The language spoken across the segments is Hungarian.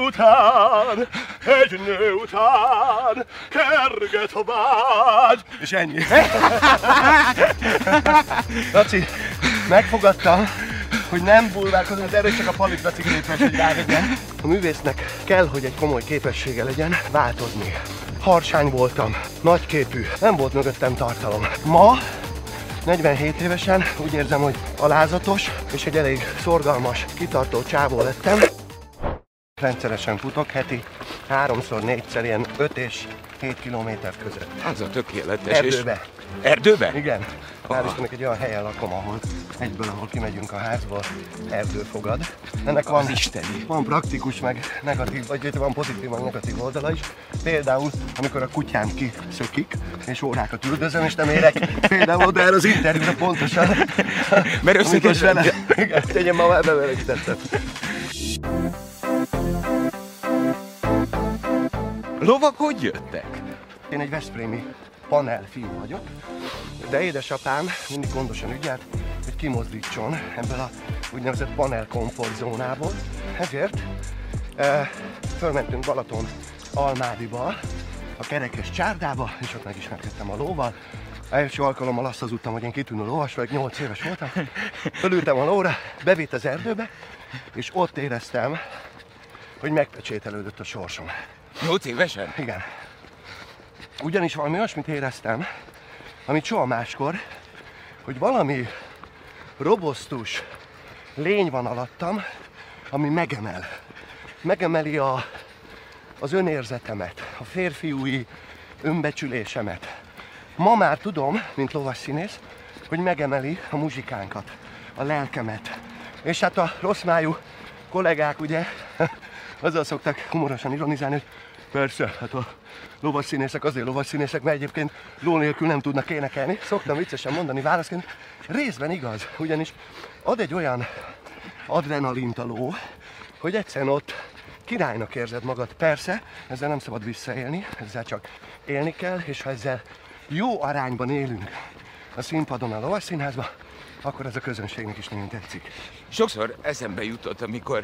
után, egy nő után kerget a bágy. És ennyi. Laci, megfogadtam, hogy nem bulvárkodom, de erről csak a palitra ciklépes, hogy rávegyen. A művésznek kell, hogy egy komoly képessége legyen változni. Harsány voltam, nagyképű, nem volt mögöttem tartalom. Ma, 47 évesen úgy érzem, hogy alázatos és egy elég szorgalmas, kitartó csávó lettem. Rendszeresen futok, heti 3-4-szer ilyen 5 és 7 kilométer között. Az a tökéletes. Erdőbe. Erdőbe? Igen. Hál' Istennek egy olyan helyen lakom, ahol ahol kimegyünk a házból, erdő fogad. Ennek van praktikus, meg negatív, vagy van pozitív, meg negatív oldala is. Például, amikor a kutyám kiszökik, és órákat üldözöm, és nem érek például oda erre az interjúra pontosan. Mert összekös vele. Igen, tegyen ma már bemelegítettem. Lovak hogy jöttek? Én egy veszprémi panel fiú vagyok, de édesapám mindig gondosan ügyelt, hogy kimozdítson ebből a úgynevezett panel komfortzónából. Ezért fölmentünk Balaton Almádiba, a kerekes csárdába, és ott megismerkedtem a lóval. Első alkalommal azt hazudtam, hogy én kitűnő lovas vagyok, 8 éves voltam. Fölültem a lóra, bevitt az erdőbe, és ott éreztem, hogy megpecsételődött a sorsom. 8 évesen? Igen. Ugyanis valami olyasmit éreztem, amit soha máskor, hogy valami robosztus lény van alattam, ami megemel. Megemeli az önérzetemet, a férfiúi önbecsülésemet. Ma már tudom, mint lovasszínész, hogy megemeli a muzsikánkat, a lelkemet. És hát a rosszmájú kollégák ugye azzal szoktak humorosan ironizálni, hogy persze, hát a lovasszínészek azért lovasszínészek, mert egyébként ló nélkül nem tudnak énekelni. Szoktam viccesen mondani válaszként, részben igaz, ugyanis ad egy olyan adrenalint a ló, hogy egyszerűen ott királynak érzed magad. Persze, ezzel nem szabad visszaélni, ezzel csak élni kell, és ha ezzel jó arányban élünk a színpadon, a lovasszínházban, akkor ez a közönségnek is nagyon tetszik. Sokszor eszembe jutott, amikor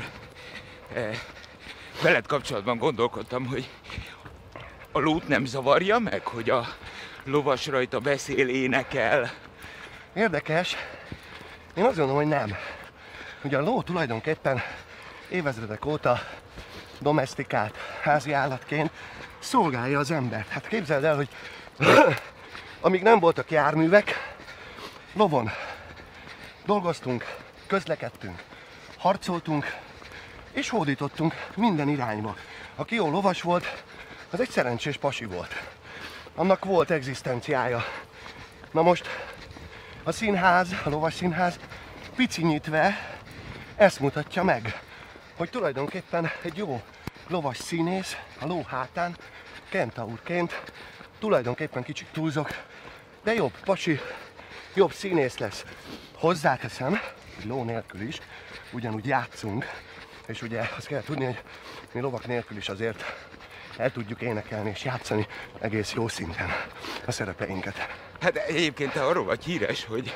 veled kapcsolatban gondolkodtam, hogy a lót nem zavarja meg, hogy a lovas rajta beszél, énekel. Érdekes. Én azt gondolom, hogy nem. Ugye a ló tulajdonképpen évezredek óta domesztikált házi állatként szolgálja az embert. Hát képzeld el, hogy amíg nem voltak járművek, lovon dolgoztunk, közlekedtünk, harcoltunk és hódítottunk minden irányba. Aki jó lovas volt, az egy szerencsés pasi volt. Annak volt egzisztenciája. Na most a színház, a lovas színház picinyítve ezt mutatja meg, hogy tulajdonképpen egy jó lovas színész a ló hátán, kentaurként, tulajdonképpen kicsit túlzok, de jobb pasi, jobb színész lesz. Hozzáteszem, hogy ló nélkül is ugyanúgy játszunk, és ugye azt kell tudni, hogy mi lovak nélkül is azért el tudjuk énekelni és játszani egész jó szinten a szerepeinket. Hát egyébként te arról vagy híres, hogy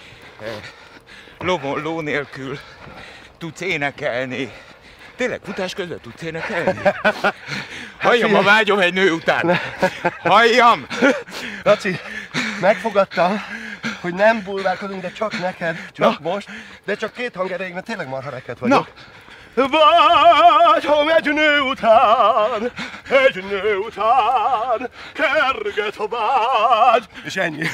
lovon ló nélkül tudsz énekelni. Tényleg futás közben tudsz énekelni? Halljam, a vágyom egy nő után! Halljam! Laci, megfogadtam, hogy nem bulvárkodunk, de csak neked, csak most, de csak két hang erejéig, mert tényleg marha reket vagyok. Vágyom egy nő után, kerget a bágy. És ennyi.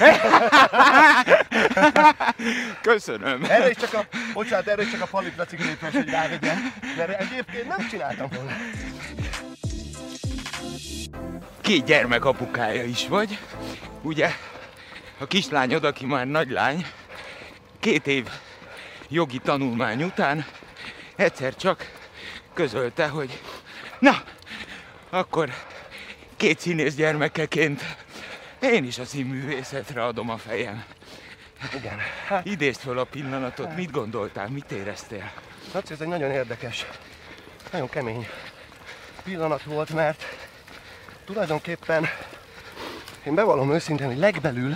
Köszönöm. Erre is csak a palitra ciklépes, hogy rávegyen, mert egyébként nem csináltam volna. 2 gyermek apukája is vagy, ugye? A kislányod, aki már nagylány, 2 év jogi tanulmány után egyszer csak közölte, hogy na, akkor 2 színész gyermekeként én is a színművészetre adom a fejem. Igen. Idézd föl a pillanatot, mit gondoltál, mit éreztél? Laci, ez egy nagyon érdekes, nagyon kemény pillanat volt, mert tulajdonképpen én bevallom őszintén, hogy legbelül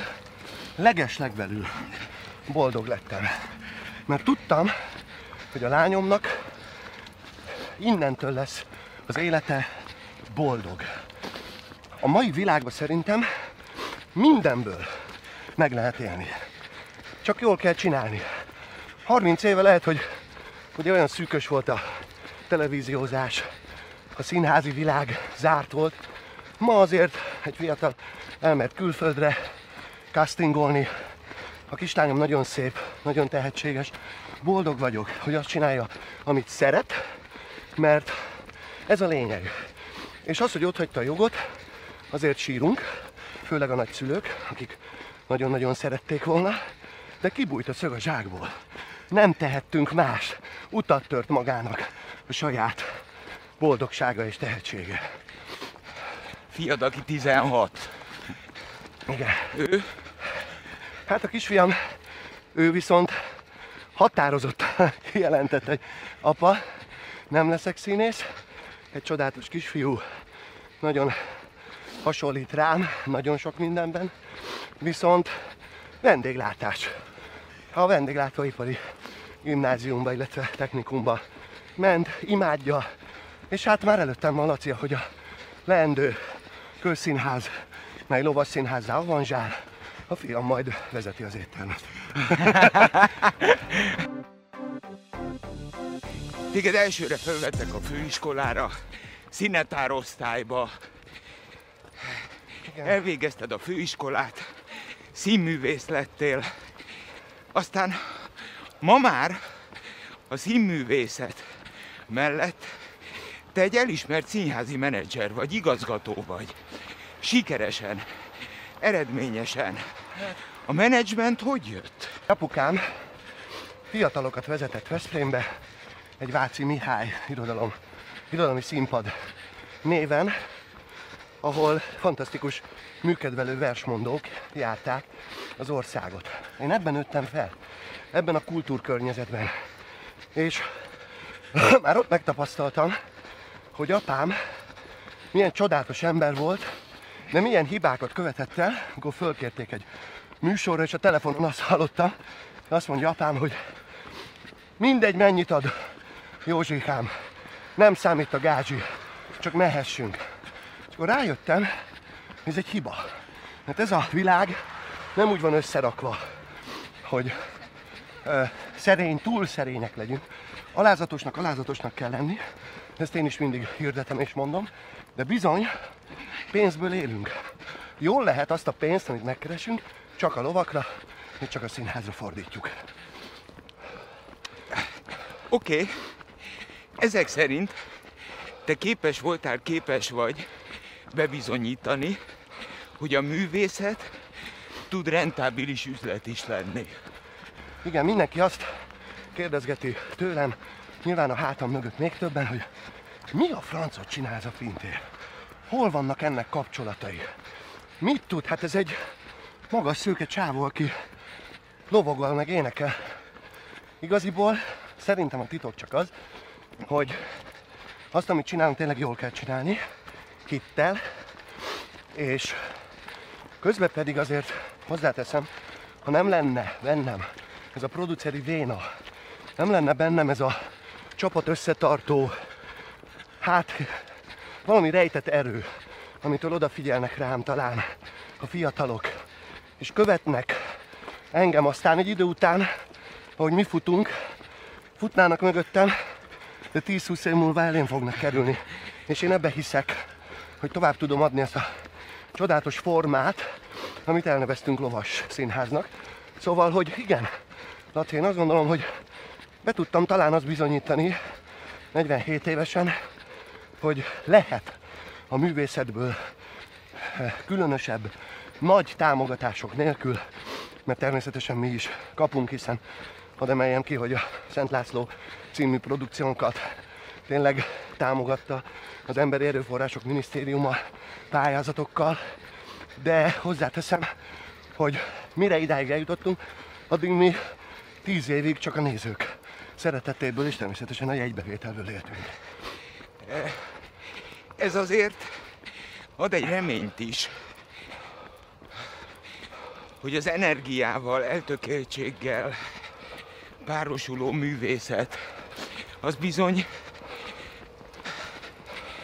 boldog lettem. Mert tudtam, hogy a lányomnak innentől lesz az élete boldog. A mai világban szerintem mindenből meg lehet élni. Csak jól kell csinálni. 30 éve lehet, hogy olyan szűkös volt a televíziózás, a színházi világ zárt volt. Ma azért egy fiatal elment külföldre castingolni. A kislányom nagyon szép, nagyon tehetséges. Boldog vagyok, hogy azt csinálja, amit szeret, mert ez a lényeg. És az, hogy otthagyta a jogot, azért sírunk, főleg a nagyszülők, akik nagyon-nagyon szerették volna, de kibújt a szög a zsákból. Nem tehettünk más. Utat tört magának a saját boldogsága és tehetsége. Fiad, aki 16. Igen. Ő? Hát a kisfiam, ő viszont határozottan kijelentett, hogy apa, nem leszek színész, egy csodálatos kisfiú, nagyon hasonlít rám, nagyon sok mindenben, viszont vendéglátás. A vendéglátóipari gimnáziumba, illetve technikumba ment, imádja, és hát már előttem van Lacia, hogy a leendő közszínház, mely lovasszínházzá avanzsál, a fiam majd vezeti az éttermet. Téged elsőre felvettek a főiskolára, színetárosztályba. Igen. Elvégezted a főiskolát, színművész lettél. Aztán ma már a színművészet mellett te egy elismert színházi menedzser vagy, igazgató vagy. Sikeresen, eredményesen. A menedzsment hogy jött? Apukám fiatalokat vezetett Veszprémbe, egy Váci Mihály irodalmi színpad néven, ahol fantasztikus műkedvelő versmondók járták az országot. Én ebben nőttem fel, ebben a kultúrkörnyezetben. És már ott megtapasztaltam, hogy apám milyen csodálatos ember volt, de milyen hibákat követett el, amikor fölkérték egy műsorra, és a telefonon azt hallottam, azt mondja apám, hogy mindegy, mennyit ad Józsikám, nem számít a gázsi, csak mehessünk. És akkor rájöttem, hogy ez egy hiba. Mert ez a világ nem úgy van összerakva, hogy túl szerények legyünk. Alázatosnak kell lenni, ezt én is mindig hirdetem és mondom, de bizony pénzből élünk. Jól lehet azt a pénzt, amit megkeresünk, csak a lovakra, és csak a színházra fordítjuk. Oké. Ezek szerint te képes vagy bebizonyítani, hogy a művészet tud rentábilis üzlet is lenni. Igen, mindenki azt kérdezgeti tőlem, nyilván a hátam mögött még többen, hogy mi a francot csinál ez a Pintér? Hol vannak ennek kapcsolatai? Mit tud? Hát ez egy magas szőke csávó, aki lovagol meg énekel. Igaziból szerintem a titok csak az, hogy azt, amit csinálunk, tényleg jól kell csinálni, hittel, és közben pedig azért hozzáteszem, ha nem lenne bennem ez a produceri véna, nem lenne bennem ez a csapat összetartó, hát valami rejtett erő, amitől odafigyelnek rám talán a fiatalok, és követnek engem, aztán egy idő után, ahogy mi futnának mögöttem, de 10-20 év múlva elém fognak kerülni. És én ebbe hiszek, hogy tovább tudom adni ezt a csodálatos formát, amit elneveztünk lovas színháznak. Szóval, hogy igen, Laci, én azt gondolom, hogy be tudtam talán azt bizonyítani 47 évesen, hogy lehet a művészetből különösebb, nagy támogatások nélkül, mert természetesen mi is kapunk, hiszen hadd emeljem ki, hogy a Szent László című produkciónkat tényleg támogatta az Emberi Erőforrások Minisztériuma pályázatokkal, de hozzáteszem, hogy mire idáig eljutottunk, addig mi 10 évig csak a nézők szeretetéből és természetesen a jegybevételből éltünk. Ez azért ad egy reményt is, hogy az energiával, eltökéltséggel párosuló művészet az bizony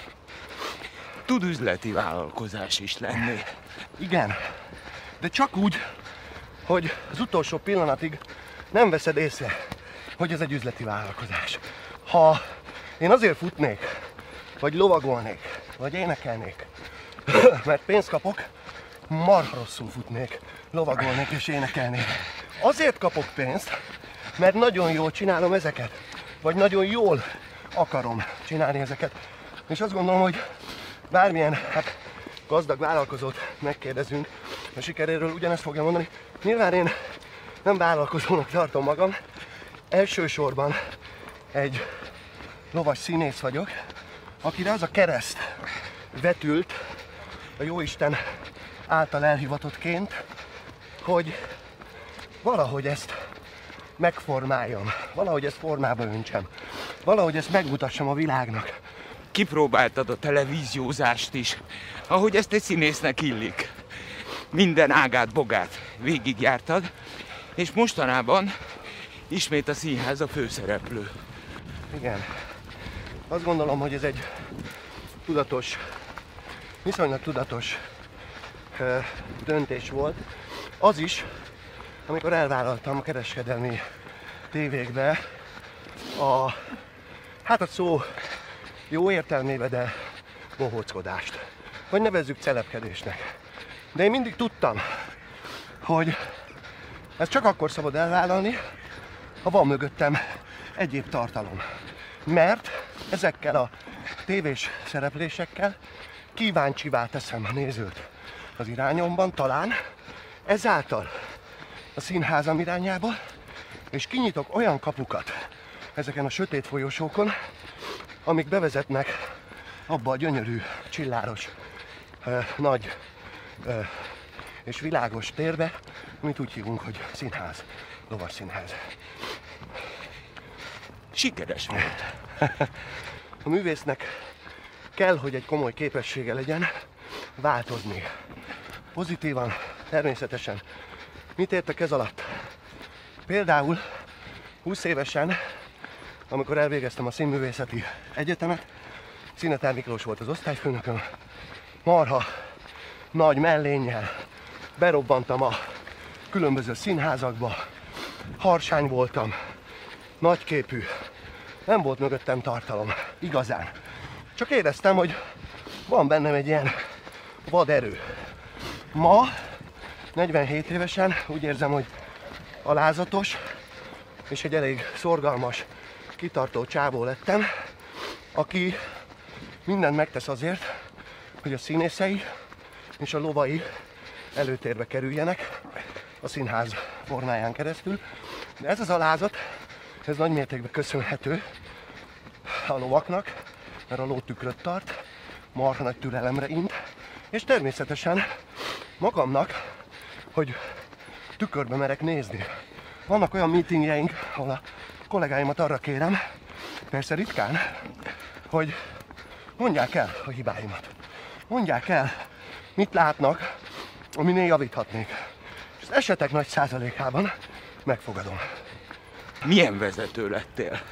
tud üzleti vállalkozás is lenni. Igen, de csak úgy, hogy az utolsó pillanatig nem veszed észre, hogy ez egy üzleti vállalkozás. Ha én azért futnék, vagy lovagolnék, vagy énekelnék, mert pénzt kapok, marha rosszul futnék, lovagolnék és énekelnék. Azért kapok pénzt, mert nagyon jól csinálom ezeket, vagy nagyon jól akarom csinálni ezeket. És azt gondolom, hogy bármilyen gazdag vállalkozót megkérdezünk a sikeréről, ugyanezt fogja mondani. Nyilván én nem vállalkozónak tartom magam, elsősorban egy lovas színész vagyok, akire az a kereszt vetült a Jóisten által elhivatottként, hogy valahogy ezt megformáljam, valahogy ezt formába öntsem, valahogy ezt megmutassam a világnak. Kipróbáltad a televíziózást is, ahogy ezt egy színésznek illik. Minden ágát, bogát végigjártad, és mostanában ismét a színház a főszereplő. Igen. Azt gondolom, hogy ez egy tudatos, viszonylag tudatos döntés volt. Az is, amikor elvállaltam a kereskedelmi tévékbe a szó jó értelmébe, de bohóckodást. Vagy nevezzük celebkedésnek. De én mindig tudtam, hogy ezt csak akkor szabad elvállalni, ha van mögöttem egyéb tartalom. Mert ezekkel a tévés szereplésekkel kíváncsivá teszem a nézőt az irányomban, talán ezáltal a színházam irányába, és kinyitok olyan kapukat ezeken a sötét folyosókon, amik bevezetnek abba a gyönyörű, csilláros, nagy és világos térbe, amit úgy hívunk, hogy színház, lovas színház. Sikeres volt. A művésznek kell, hogy egy komoly képessége legyen változni. Pozitívan, természetesen. Mit értek ez alatt? Például 20 évesen, amikor elvégeztem a Színművészeti Egyetemet, Szineter Miklós volt az osztályfőnököm, marha nagy mellénnyel berobbantam a különböző színházakba, harsány voltam, nagyképű, nem volt mögöttem tartalom, igazán. Csak éreztem, hogy van bennem egy ilyen vad erő. Ma, 47 évesen úgy érzem, hogy alázatos és egy elég szorgalmas, kitartó csávó lettem, aki mindent megtesz azért, hogy a színészei és a lovai előtérbe kerüljenek a színház formáján keresztül. De ez az alázat, ez nagy mértékben köszönhető a lovaknak, mert a ló tükröt tart, marha nagy türelemre int, és természetesen magamnak, hogy tükörbe merek nézni. Vannak olyan meetingjeink, ahol a kollégáimat arra kérem, persze ritkán, hogy mondják el a hibáimat. Mondják el, mit látnak, aminél javíthatnék. És az esetek nagy százalékában megfogadom. Milyen vezető lettél?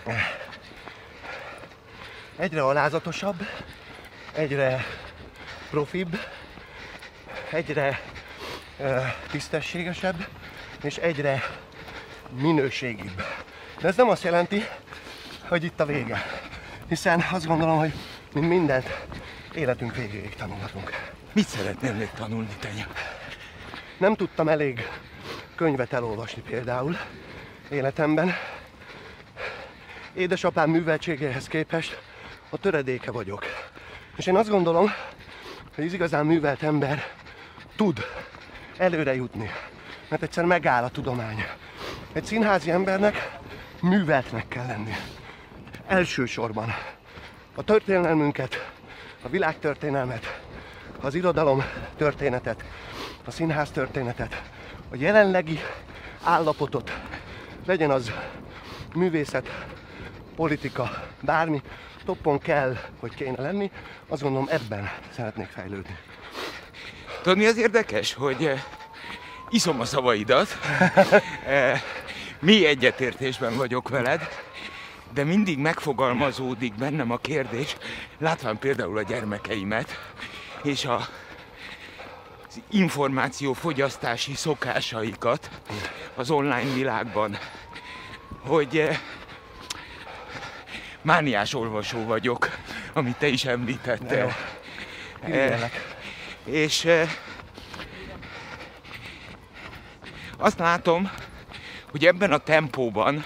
Egyre alázatosabb, egyre profibb, egyre tisztességesebb, és egyre minőségibb. De ez nem azt jelenti, hogy itt a vége. Hiszen azt gondolom, hogy mint mindent életünk végéig tanulhatunk. Mit szeretnél még tanulni, Tenya? Nem tudtam elég könyvet elolvasni például életemben. Édesapám műveltségéhez képest a töredéke vagyok. És én azt gondolom, hogy az igazán művelt ember tud előre jutni, mert egyszer megáll a tudomány. Egy színházi embernek műveltnek kell lenni. Elsősorban a történelmünket, a világtörténelmet, az irodalom történetet, a színház történetet, a jelenlegi állapotot, legyen az művészet, politika, bármi, toppon kell, hogy kéne lenni, azt gondolom ebben szeretnék fejlődni. Tudod, mi az érdekes, hogy iszom a szavaidat, mi egyetértésben vagyok veled, de mindig megfogalmazódik bennem a kérdés, látván például a gyermekeimet, és az információfogyasztási szokásaikat az online világban, hogy mániás olvasó vagyok, amit te is említettél. És azt látom, hogy ebben a tempóban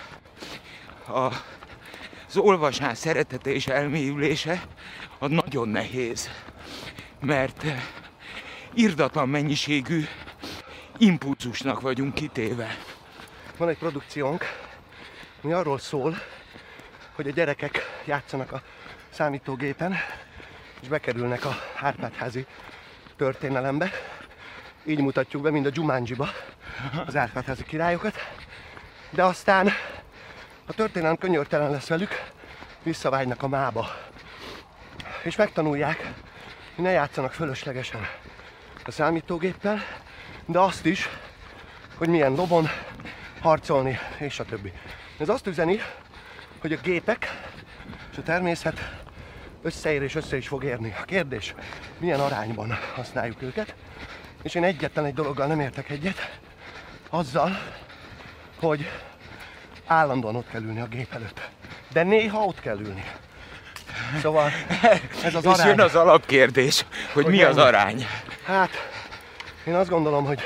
az olvasás szeretete és elmélyülése az nagyon nehéz, mert irdatlan mennyiségű impulzusnak vagyunk kitéve. Van egy produkciónk, ami arról szól, hogy a gyerekek játszanak a számítógépen, és bekerülnek a Árpád-házi történelembe. Így mutatjuk be, mind a Jumanjiba az Árpád-házi királyokat. De aztán a történelem könyörtelen lesz velük, visszavágynak a mába. És megtanulják, hogy ne játszanak fölöslegesen a számítógéppel, de azt is, hogy milyen lobon harcolni, és a többi. Ez azt üzeni, hogy a gépek és a természet összeér és össze is fog érni. A kérdés, milyen arányban használjuk őket. És én egyetlen egy dologgal nem értek egyet, azzal, hogy állandóan ott kell ülni a gép előtt. De néha ott kell ülni. Szóval ez az arány. És jön az alapkérdés, hogy mi az arány? Hát, én azt gondolom, hogy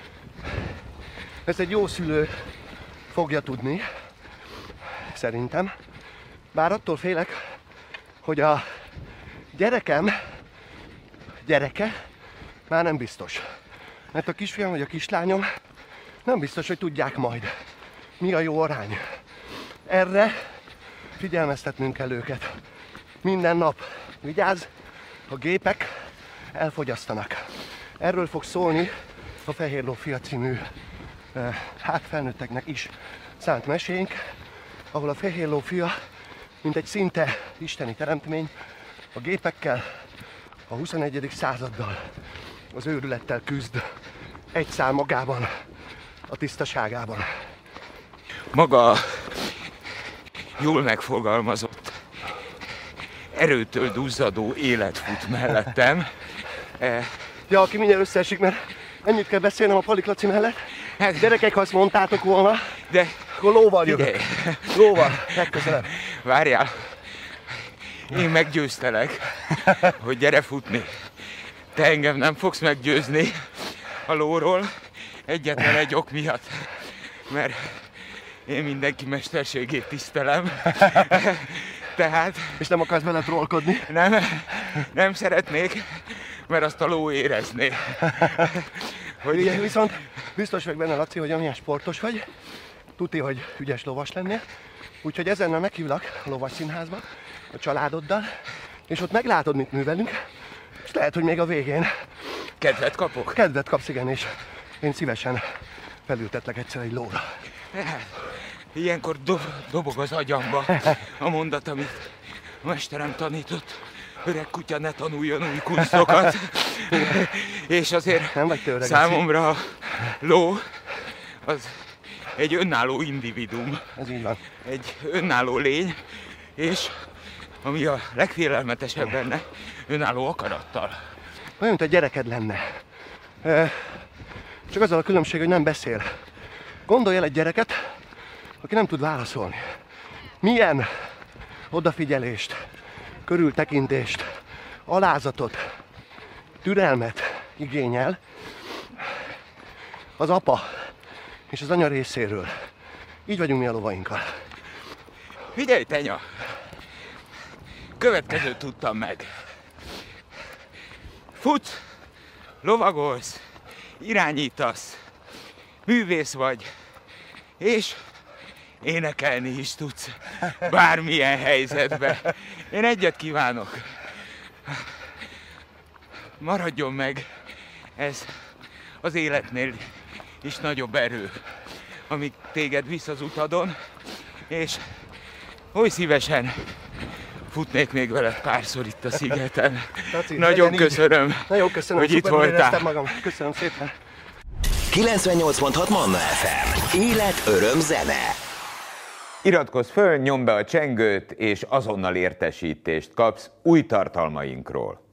ezt egy jó szülő fogja tudni, szerintem. Bár attól félek, hogy a gyerekem gyereke már nem biztos. Mert a kisfiam vagy a kislányom nem biztos, hogy tudják majd, mi a jó arány. Erre figyelmeztetnünk kell őket. Minden nap vigyázz, a gépek elfogyasztanak. Erről fog szólni a Fehér Ló fia című, hát felnőtteknek is szánt mesénk, ahol a Fehér Ló fia, mint egy szinte isteni teremtmény, a gépekkel, a 21. századdal, az őrülettel küzd, egy szál magában, a tisztaságában. Maga jól megfogalmazott, erőtől duzzadó élet fut mellettem. Ja, aki mindjárt összeesik, mert ennyit kell beszélnem a Palik Laci mellett. Gyerekek, ha azt mondtátok volna, de akkor lóval jövök. Lóval, legközelebb. Várjál, én meggyőztelek, hogy gyere futni. Te engem nem fogsz meggyőzni a lóról, egyetlen egy ok miatt, mert én mindenki mesterségét tisztelem. Tehát... És nem akarsz vele trollkodni? Nem szeretnék, mert azt a ló érezné. Hogy... Igen, viszont biztos vagy benne, Laci, hogy amilyen sportos vagy, tuti, hogy ügyes lovas lennél. Úgyhogy ezennel meghívlak a lovas színházba, a családoddal, és ott meglátod, mit művelünk, és lehet, hogy még a végén... Kedvet kapok? Kedvet kapsz, igen, és én szívesen felültetlek egyszer egy lóra. Ilyenkor dobog az agyamba a mondat, amit a mesterem tanított. Öreg kutya ne tanuljon új kunstokat. És azért nem vagy te öreg, számomra a ló az egy önálló individuum. Ez így van. Egy önálló lény, és ami a legfélelmetesebb benne, önálló akarattal. Olyan, mint a gyereked lenne. Csak azzal a különbség, hogy nem beszél. Gondolj el egy gyereket, aki nem tud válaszolni. Milyen odafigyelést, körültekintést, alázatot, türelmet igényel az apa és az anya részéről. Így vagyunk mi a lovainkkal. Figyelj, Tenya! Következőt tudtam meg. Futsz, lovagolsz, irányítasz, művész vagy, és énekelni is tudsz, bármilyen helyzetben. Én egyet kívánok. Maradjon meg ez az életnél is nagyobb erő, amíg téged visz az utadon, és oly szívesen futnék még veled párszor itt a szigeten. Laci, nagyon köszönöm, nagyon köszönöm, hogy itt voltál. Magam. Köszönöm szépen. 98.6 Manna FM. Élet, öröm, zene. Iratkozz föl, nyomd be a csengőt, és azonnal értesítést kapsz új tartalmainkról.